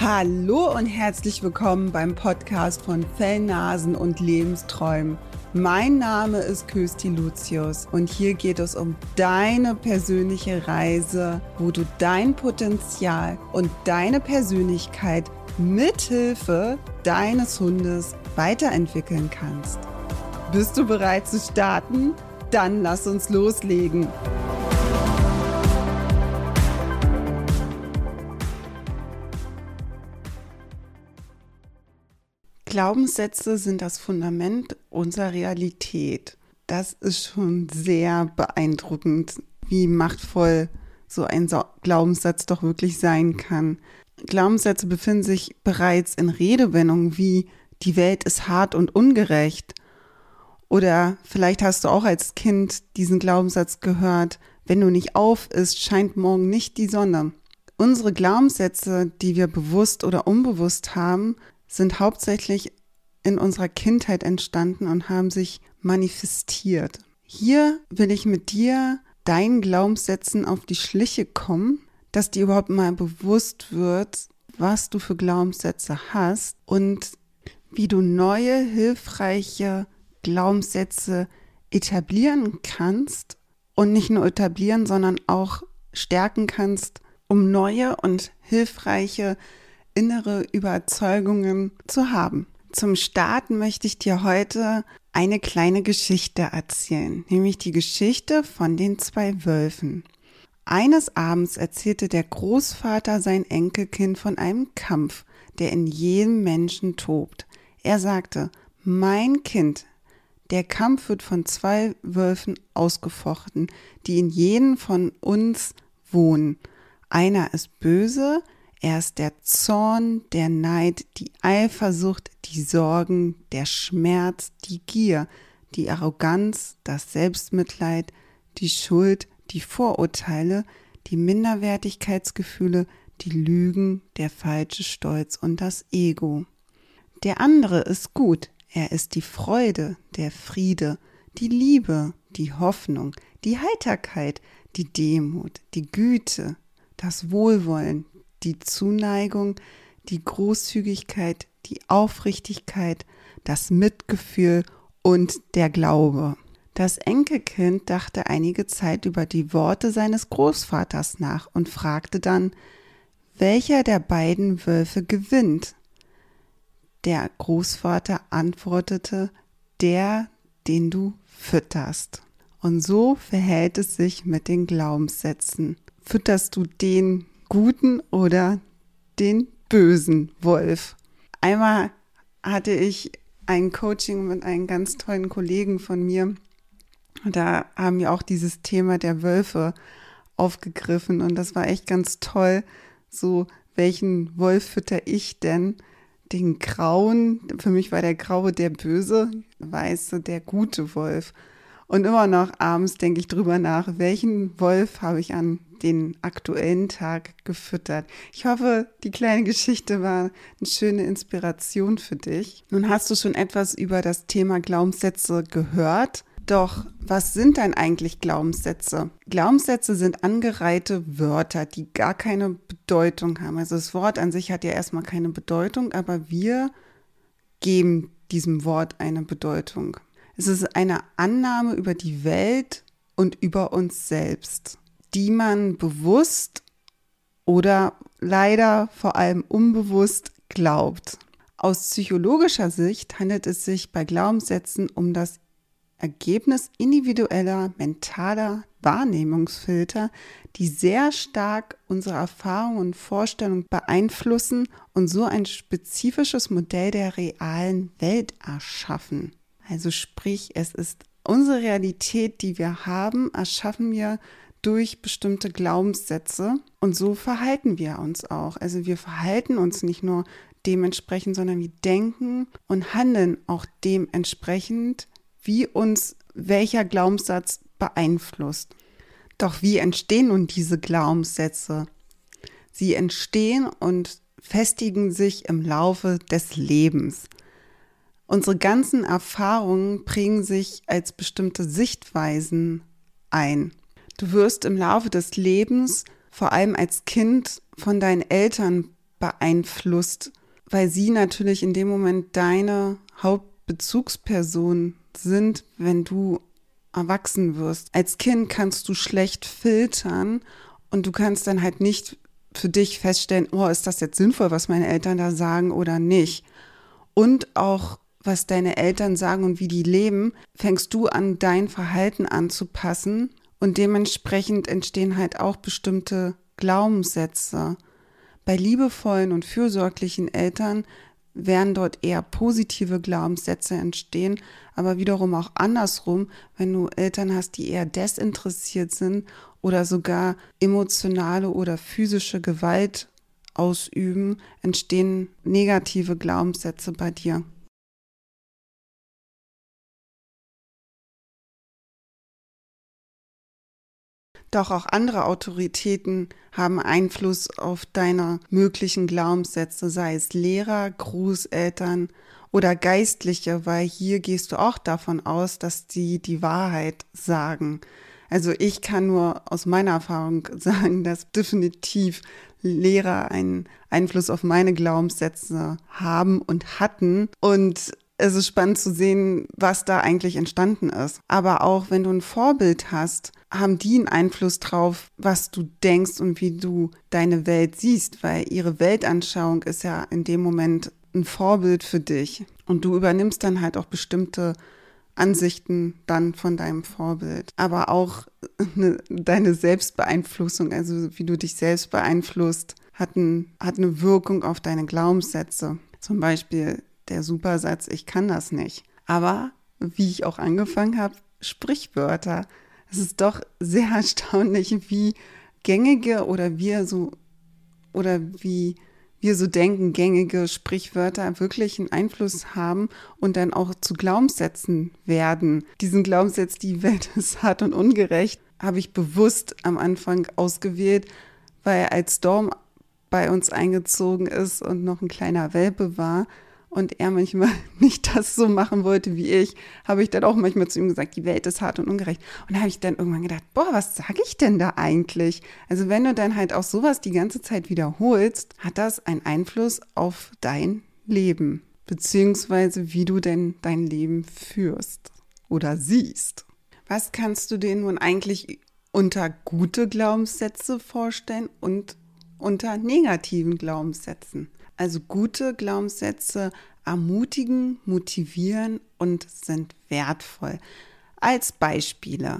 Hallo und herzlich willkommen beim Podcast von Fellnasen und Lebensträumen. Mein Name ist Kösti Lucius und hier geht es um deine persönliche Reise, wo du dein Potenzial und deine Persönlichkeit mithilfe deines Hundes weiterentwickeln kannst. Bist du bereit zu starten? Dann lass uns loslegen. Glaubenssätze sind das Fundament unserer Realität. Das ist schon sehr beeindruckend, wie machtvoll so ein Glaubenssatz doch wirklich sein kann. Glaubenssätze befinden sich bereits in Redewendungen wie die Welt ist hart und ungerecht. Oder vielleicht hast du auch als Kind diesen Glaubenssatz gehört, wenn du nicht auf isst, scheint morgen nicht die Sonne. Unsere Glaubenssätze, die wir bewusst oder unbewusst haben, sind hauptsächlich in unserer Kindheit entstanden und haben sich manifestiert. Hier will ich mit dir deinen Glaubenssätzen auf die Schliche kommen, dass dir überhaupt mal bewusst wird, was du für Glaubenssätze hast und wie du neue, hilfreiche Glaubenssätze etablieren kannst und nicht nur etablieren, sondern auch stärken kannst, um neue und hilfreiche innere Überzeugungen zu haben. Zum Start möchte ich dir heute eine kleine Geschichte erzählen, nämlich die Geschichte von den 2 Wölfen. Eines Abends erzählte der Großvater sein Enkelkind von einem Kampf, der in jedem Menschen tobt. Er sagte: Mein Kind, der Kampf wird von 2 Wölfen ausgefochten, die in jedem von uns wohnen. Einer ist böse, er ist der Zorn, der Neid, die Eifersucht, die Sorgen, der Schmerz, die Gier, die Arroganz, das Selbstmitleid, die Schuld, die Vorurteile, die Minderwertigkeitsgefühle, die Lügen, der falsche Stolz und das Ego. Der andere ist gut, er ist die Freude, der Friede, die Liebe, die Hoffnung, die Heiterkeit, die Demut, die Güte, das Wohlwollen, die Zuneigung, die Großzügigkeit, die Aufrichtigkeit, das Mitgefühl und der Glaube. Das Enkelkind dachte einige Zeit über die Worte seines Großvaters nach und fragte dann, welcher der beiden Wölfe gewinnt? Der Großvater antwortete, der, den du fütterst. Und so verhält es sich mit den Glaubenssätzen. Fütterst du den guten oder den bösen Wolf? Einmal hatte ich ein Coaching mit einem ganz tollen Kollegen von mir. Und da haben wir auch dieses Thema der Wölfe aufgegriffen. Und das war echt ganz toll. So, welchen Wolf fütter ich denn? Den grauen, für mich war der graue der böse, weiße der gute Wolf. Und immer noch abends denke ich drüber nach, welchen Wolf habe ich an den aktuellen Tag gefüttert. Ich hoffe, die kleine Geschichte war eine schöne Inspiration für dich. Nun hast du schon etwas über das Thema Glaubenssätze gehört. Doch was sind denn eigentlich Glaubenssätze? Glaubenssätze sind angereihte Wörter, die gar keine Bedeutung haben. Also das Wort an sich hat ja erstmal keine Bedeutung, aber wir geben diesem Wort eine Bedeutung. Es ist eine Annahme über die Welt und über uns selbst, die man bewusst oder leider vor allem unbewusst glaubt. Aus psychologischer Sicht handelt es sich bei Glaubenssätzen um das Ergebnis individueller mentaler Wahrnehmungsfilter, die sehr stark unsere Erfahrungen und Vorstellungen beeinflussen und so ein spezifisches Modell der realen Welt erschaffen. Also sprich, es ist unsere Realität, die wir haben, erschaffen wir durch bestimmte Glaubenssätze und so verhalten wir uns auch. Also wir verhalten uns nicht nur dementsprechend, sondern wir denken und handeln auch dementsprechend, wie uns welcher Glaubenssatz beeinflusst. Doch wie entstehen nun diese Glaubenssätze? Sie entstehen und festigen sich im Laufe des Lebens. Unsere ganzen Erfahrungen prägen sich als bestimmte Sichtweisen ein. Du wirst im Laufe des Lebens, vor allem als Kind, von deinen Eltern beeinflusst, weil sie natürlich in dem Moment deine Hauptbezugsperson sind, wenn du erwachsen wirst. Als Kind kannst du schlecht filtern und du kannst dann halt nicht für dich feststellen, oh, ist das jetzt sinnvoll, was meine Eltern da sagen oder nicht. Und auch, was deine Eltern sagen und wie die leben, fängst du an, dein Verhalten anzupassen und dementsprechend entstehen halt auch bestimmte Glaubenssätze. Bei liebevollen und fürsorglichen Eltern werden dort eher positive Glaubenssätze entstehen, aber wiederum auch andersrum, wenn du Eltern hast, die eher desinteressiert sind oder sogar emotionale oder physische Gewalt ausüben, entstehen negative Glaubenssätze bei dir. Doch auch andere Autoritäten haben Einfluss auf deine möglichen Glaubenssätze, sei es Lehrer, Großeltern oder Geistliche, weil hier gehst du auch davon aus, dass die die Wahrheit sagen. Also ich kann nur aus meiner Erfahrung sagen, dass definitiv Lehrer einen Einfluss auf meine Glaubenssätze haben und hatten. Und es ist spannend zu sehen, was da eigentlich entstanden ist. Aber auch wenn du ein Vorbild hast, haben die einen Einfluss drauf, was du denkst und wie du deine Welt siehst, weil ihre Weltanschauung ist ja in dem Moment ein Vorbild für dich. Und du übernimmst dann halt auch bestimmte Ansichten dann von deinem Vorbild. Aber auch deine Selbstbeeinflussung, also wie du dich selbst beeinflusst, hat eine Wirkung auf deine Glaubenssätze. Zum Beispiel der Supersatz, ich kann das nicht. Aber wie ich auch angefangen habe, Sprichwörter. Es ist doch sehr erstaunlich, wie gängige wie wir so denken, gängige Sprichwörter wirklich einen Einfluss haben und dann auch zu Glaubenssätzen werden. Diesen Glaubenssatz, die Welt ist hart und ungerecht, habe ich bewusst am Anfang ausgewählt, weil als Storm bei uns eingezogen ist und noch ein kleiner Welpe war und er manchmal nicht das so machen wollte wie ich, habe ich dann auch manchmal zu ihm gesagt, die Welt ist hart und ungerecht. Und da habe ich dann irgendwann gedacht, boah, was sage ich denn da eigentlich? Also wenn du dann halt auch sowas die ganze Zeit wiederholst, hat das einen Einfluss auf dein Leben, beziehungsweise wie du denn dein Leben führst oder siehst. Was kannst du dir nun eigentlich unter gute Glaubenssätze vorstellen und unter negativen Glaubenssätzen? Also gute Glaubenssätze ermutigen, motivieren und sind wertvoll. Als Beispiele: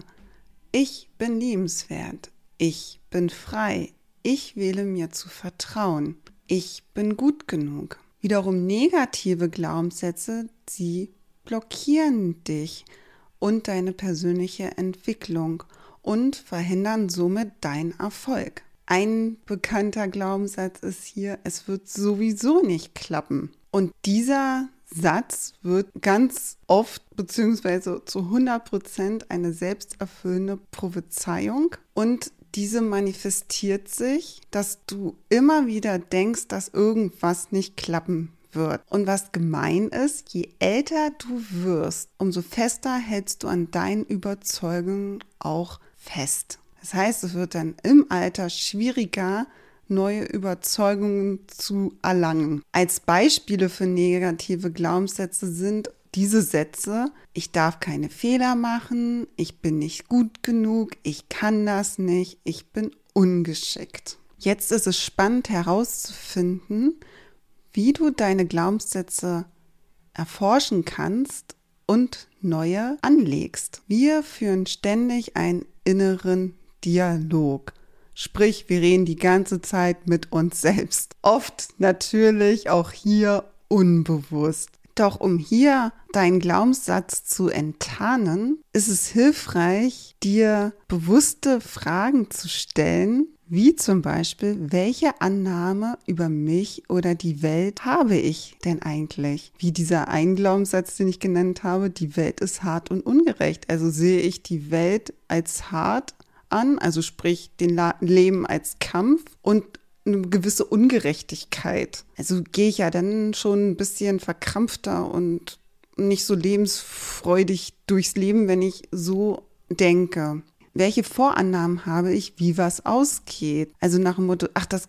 Ich bin liebenswert, ich bin frei, ich wähle mir zu vertrauen, ich bin gut genug. Wiederum negative Glaubenssätze, sie blockieren dich und deine persönliche Entwicklung und verhindern somit deinen Erfolg. Ein bekannter Glaubenssatz ist hier, es wird sowieso nicht klappen. Und dieser Satz wird ganz oft beziehungsweise zu 100% eine selbsterfüllende Prophezeiung. Und diese manifestiert sich, dass du immer wieder denkst, dass irgendwas nicht klappen wird. Und was gemein ist, je älter du wirst, umso fester hältst du an deinen Überzeugungen auch fest. Das heißt, es wird dann im Alter schwieriger, neue Überzeugungen zu erlangen. Als Beispiele für negative Glaubenssätze sind diese Sätze: Ich darf keine Fehler machen, ich bin nicht gut genug, ich kann das nicht, ich bin ungeschickt. Jetzt ist es spannend herauszufinden, wie du deine Glaubenssätze erforschen kannst und neue anlegst. Wir führen ständig einen inneren Dialog. Sprich, wir reden die ganze Zeit mit uns selbst. Oft natürlich auch hier unbewusst. Doch um hier deinen Glaubenssatz zu enttarnen, ist es hilfreich, dir bewusste Fragen zu stellen, wie zum Beispiel, welche Annahme über mich oder die Welt habe ich denn eigentlich? Wie dieser ein Glaubenssatz, den ich genannt habe, die Welt ist hart und ungerecht. Also sehe ich die Welt als hart an, also sprich den Leben als Kampf und eine gewisse Ungerechtigkeit. Also gehe ich ja dann schon ein bisschen verkrampfter und nicht so lebensfreudig durchs Leben, wenn ich so denke. Welche Vorannahmen habe ich, wie was ausgeht? Also nach dem Motto, ach, das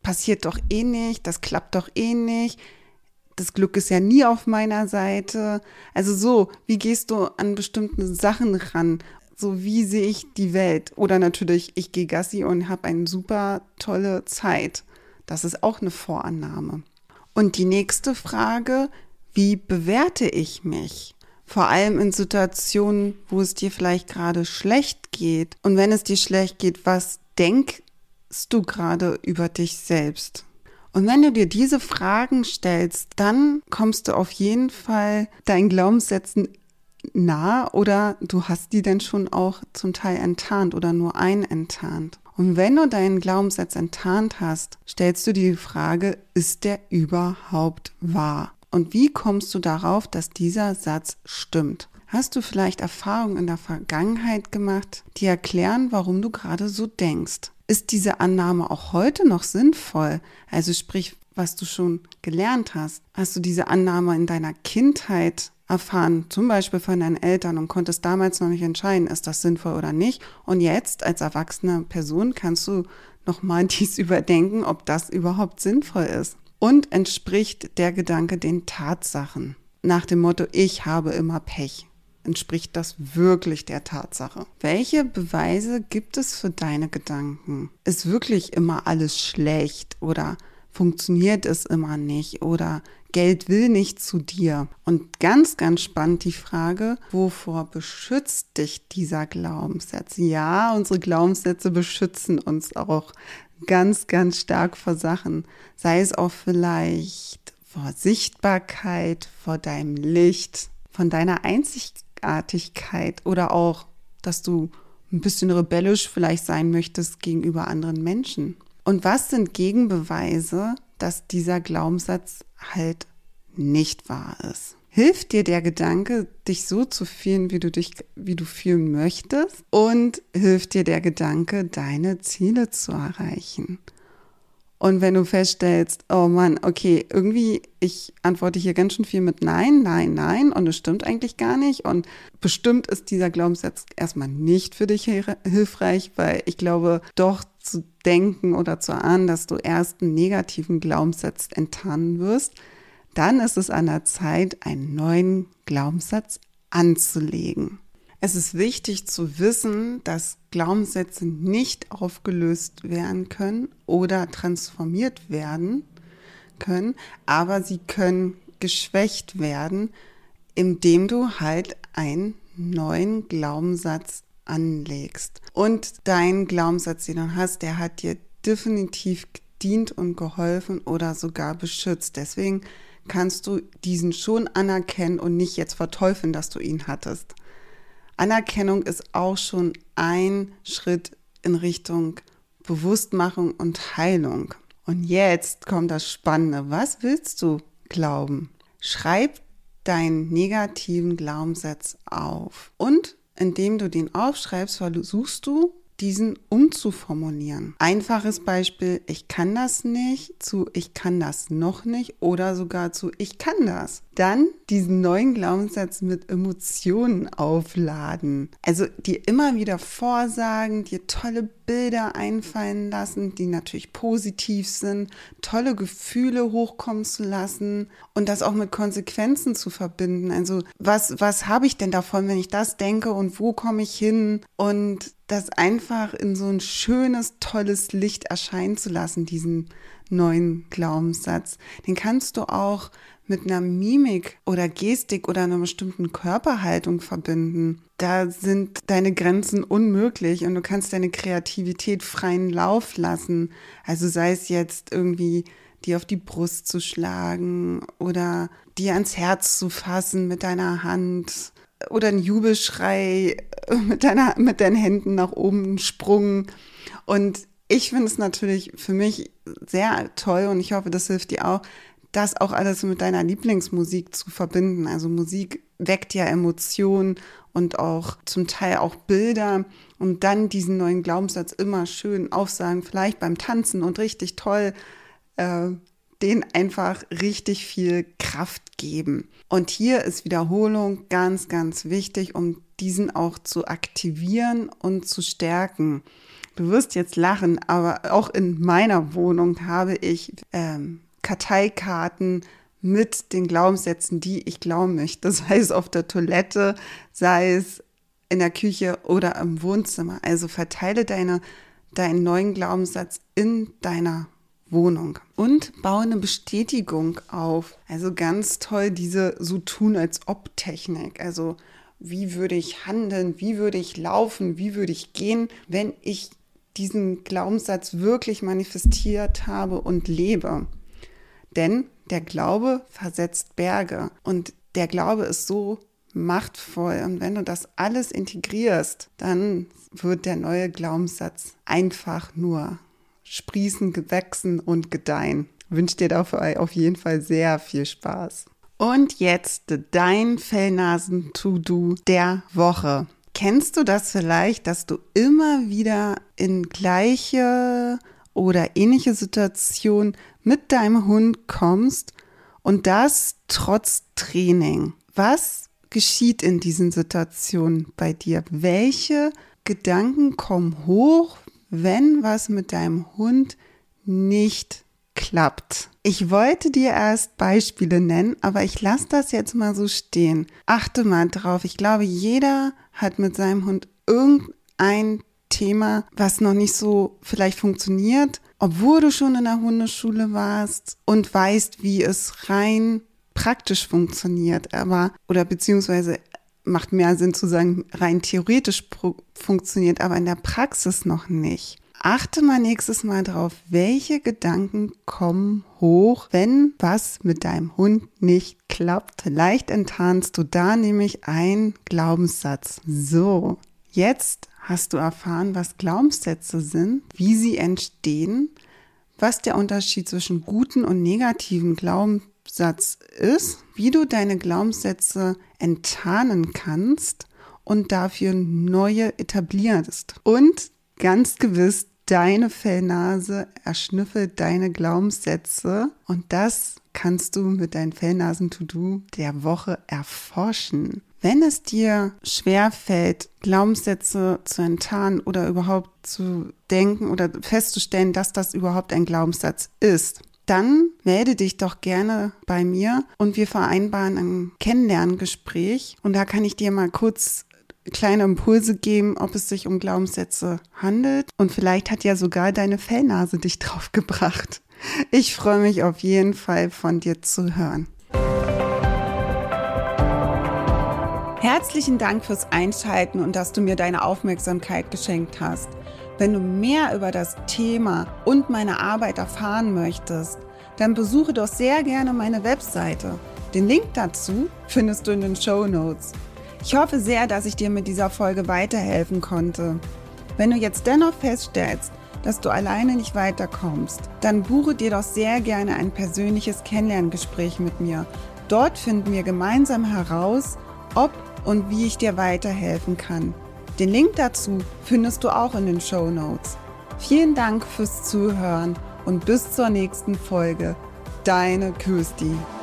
passiert doch eh nicht, das klappt doch eh nicht, das Glück ist ja nie auf meiner Seite. Also so, wie gehst du an bestimmte Sachen ran? So, wie sehe ich die Welt? Oder natürlich, ich gehe Gassi und habe eine super tolle Zeit. Das ist auch eine Vorannahme. Und die nächste Frage, wie bewerte ich mich? Vor allem in Situationen, wo es dir vielleicht gerade schlecht geht. Und wenn es dir schlecht geht, was denkst du gerade über dich selbst? Und wenn du dir diese Fragen stellst, dann kommst du auf jeden Fall deinen Glaubenssätzen nah oder du hast die denn schon auch zum Teil enttarnt oder nur einen enttarnt. Und wenn du deinen Glaubenssatz enttarnt hast, stellst du dir die Frage, ist der überhaupt wahr? Und wie kommst du darauf, dass dieser Satz stimmt? Hast du vielleicht Erfahrungen in der Vergangenheit gemacht, die erklären, warum du gerade so denkst? Ist diese Annahme auch heute noch sinnvoll? Also sprich, was du schon gelernt hast. Hast du diese Annahme in deiner Kindheit erfahren, zum Beispiel von deinen Eltern und konntest damals noch nicht entscheiden, ist das sinnvoll oder nicht? Und jetzt als erwachsene Person kannst du nochmal dies überdenken, ob das überhaupt sinnvoll ist. Und entspricht der Gedanke den Tatsachen? Nach dem Motto, ich habe immer Pech. Entspricht das wirklich der Tatsache? Welche Beweise gibt es für deine Gedanken? Ist wirklich immer alles schlecht oder funktioniert es immer nicht oder Geld will nicht zu dir? Und ganz, ganz spannend die Frage, wovor beschützt dich dieser Glaubenssatz? Ja, unsere Glaubenssätze beschützen uns auch ganz, ganz stark vor Sachen. Sei es auch vielleicht vor Sichtbarkeit, vor deinem Licht, von deiner Einzigartigkeit oder auch, dass du ein bisschen rebellisch vielleicht sein möchtest gegenüber anderen Menschen. Und was sind Gegenbeweise, dass dieser Glaubenssatz halt nicht wahr ist? Hilft dir der Gedanke, dich so zu fühlen, wie du fühlen möchtest? Und hilft dir der Gedanke, deine Ziele zu erreichen? Und wenn du feststellst, oh Mann, okay, irgendwie, ich antworte hier ganz schön viel mit Nein, Nein, Nein und es stimmt eigentlich gar nicht und bestimmt ist dieser Glaubenssatz erstmal nicht für dich hilfreich, weil ich glaube, doch zu denken oder zu ahnen, dass du erst einen negativen Glaubenssatz enttarnen wirst, dann ist es an der Zeit, einen neuen Glaubenssatz anzulegen. Es ist wichtig zu wissen, dass Glaubenssätze nicht aufgelöst werden können oder transformiert werden können, aber sie können geschwächt werden, indem du halt einen neuen Glaubenssatz anlegst. Und dein Glaubenssatz, den du hast, der hat dir definitiv gedient und geholfen oder sogar beschützt. Deswegen kannst du diesen schon anerkennen und nicht jetzt verteufeln, dass du ihn hattest. Anerkennung ist auch schon ein Schritt in Richtung Bewusstmachung und Heilung. Und jetzt kommt das Spannende. Was willst du glauben? Schreib deinen negativen Glaubenssatz auf. Und indem du den aufschreibst, versuchst du, diesen umzuformulieren. Einfaches Beispiel, ich kann das nicht, zu ich kann das noch nicht oder sogar zu ich kann das. Dann diesen neuen Glaubenssatz mit Emotionen aufladen. Also dir immer wieder vorsagen, dir tolle Bilder einfallen lassen, die natürlich positiv sind, tolle Gefühle hochkommen zu lassen und das auch mit Konsequenzen zu verbinden. Also was habe ich denn davon, wenn ich das denke und wo komme ich hin? Und das einfach in so ein schönes, tolles Licht erscheinen zu lassen, diesen neuen Glaubenssatz. Den kannst du auch mit einer Mimik oder Gestik oder einer bestimmten Körperhaltung verbinden. Da sind deine Grenzen unmöglich und du kannst deine Kreativität freien Lauf lassen. Also sei es jetzt irgendwie dir auf die Brust zu schlagen oder dir ans Herz zu fassen mit deiner Hand oder ein Jubelschrei mit deinen Händen nach oben, einen Sprung. Und ich finde es natürlich für mich sehr toll und ich hoffe, das hilft dir auch, das auch alles mit deiner Lieblingsmusik zu verbinden. Also Musik weckt ja Emotionen und auch zum Teil auch Bilder und dann diesen neuen Glaubenssatz immer schön aufsagen, vielleicht beim Tanzen und richtig toll, denen einfach richtig viel Kraft geben. Und hier ist Wiederholung ganz, ganz wichtig, um diesen auch zu aktivieren und zu stärken. Du wirst jetzt lachen, aber auch in meiner Wohnung habe ich Karteikarten mit den Glaubenssätzen, die ich glauben möchte. Sei es auf der Toilette, sei es in der Küche oder im Wohnzimmer. Also verteile deinen neuen Glaubenssatz in deiner Wohnung und baue eine Bestätigung auf. Also ganz toll diese so tun als ob Technik. Also wie würde ich handeln, wie würde ich laufen, wie würde ich gehen, wenn ich diesen Glaubenssatz wirklich manifestiert habe und lebe. Denn der Glaube versetzt Berge und der Glaube ist so machtvoll. Und wenn du das alles integrierst, dann wird der neue Glaubenssatz einfach nur sprießen, gewachsen und gedeihen. Ich wünsche dir dafür auf jeden Fall sehr viel Spaß. Und jetzt dein Fellnasen-To-Do der Woche. Kennst du das vielleicht, dass du immer wieder in gleiche oder ähnliche Situationen mit deinem Hund kommst und das trotz Training? Was geschieht in diesen Situationen bei dir? Welche Gedanken kommen hoch, wenn was mit deinem Hund nicht klappt? Ich wollte dir erst Beispiele nennen, aber ich lasse das jetzt mal so stehen. Achte mal drauf. Ich glaube, jeder hat mit seinem Hund irgendein Thema, was noch nicht so vielleicht funktioniert, obwohl du schon in der Hundeschule warst und weißt, wie es rein praktisch funktioniert, beziehungsweise macht mehr Sinn zu sagen, rein theoretisch funktioniert, aber in der Praxis noch nicht. Achte mal nächstes Mal drauf, welche Gedanken kommen hoch, wenn was mit deinem Hund nicht klappt. Vielleicht enttarnst du da nämlich einen Glaubenssatz. So, jetzt hast du erfahren, was Glaubenssätze sind, wie sie entstehen, was der Unterschied zwischen guten und negativen Glaubenssatz ist, wie du deine Glaubenssätze enttarnen kannst und dafür neue etablierst. Und ganz gewiss, deine Fellnase erschnüffelt deine Glaubenssätze und das kannst du mit deinem Fellnasen-To-Do der Woche erforschen. Wenn es dir schwerfällt, Glaubenssätze zu enttarnen oder überhaupt zu denken oder festzustellen, dass das überhaupt ein Glaubenssatz ist, dann melde dich doch gerne bei mir und wir vereinbaren ein Kennenlerngespräch und da kann ich dir mal kurz kleine Impulse geben, ob es sich um Glaubenssätze handelt und vielleicht hat ja sogar deine Fellnase dich drauf gebracht. Ich freue mich auf jeden Fall von dir zu hören. Herzlichen Dank fürs Einschalten und dass du mir deine Aufmerksamkeit geschenkt hast. Wenn du mehr über das Thema und meine Arbeit erfahren möchtest, dann besuche doch sehr gerne meine Webseite. Den Link dazu findest du in den Shownotes. Ich hoffe sehr, dass ich dir mit dieser Folge weiterhelfen konnte. Wenn du jetzt dennoch feststellst, dass du alleine nicht weiterkommst, dann buche dir doch sehr gerne ein persönliches Kennenlerngespräch mit mir. Dort finden wir gemeinsam heraus, ob und wie ich dir weiterhelfen kann. Den Link dazu findest du auch in den Shownotes. Vielen Dank fürs Zuhören und bis zur nächsten Folge. Deine Kirsti.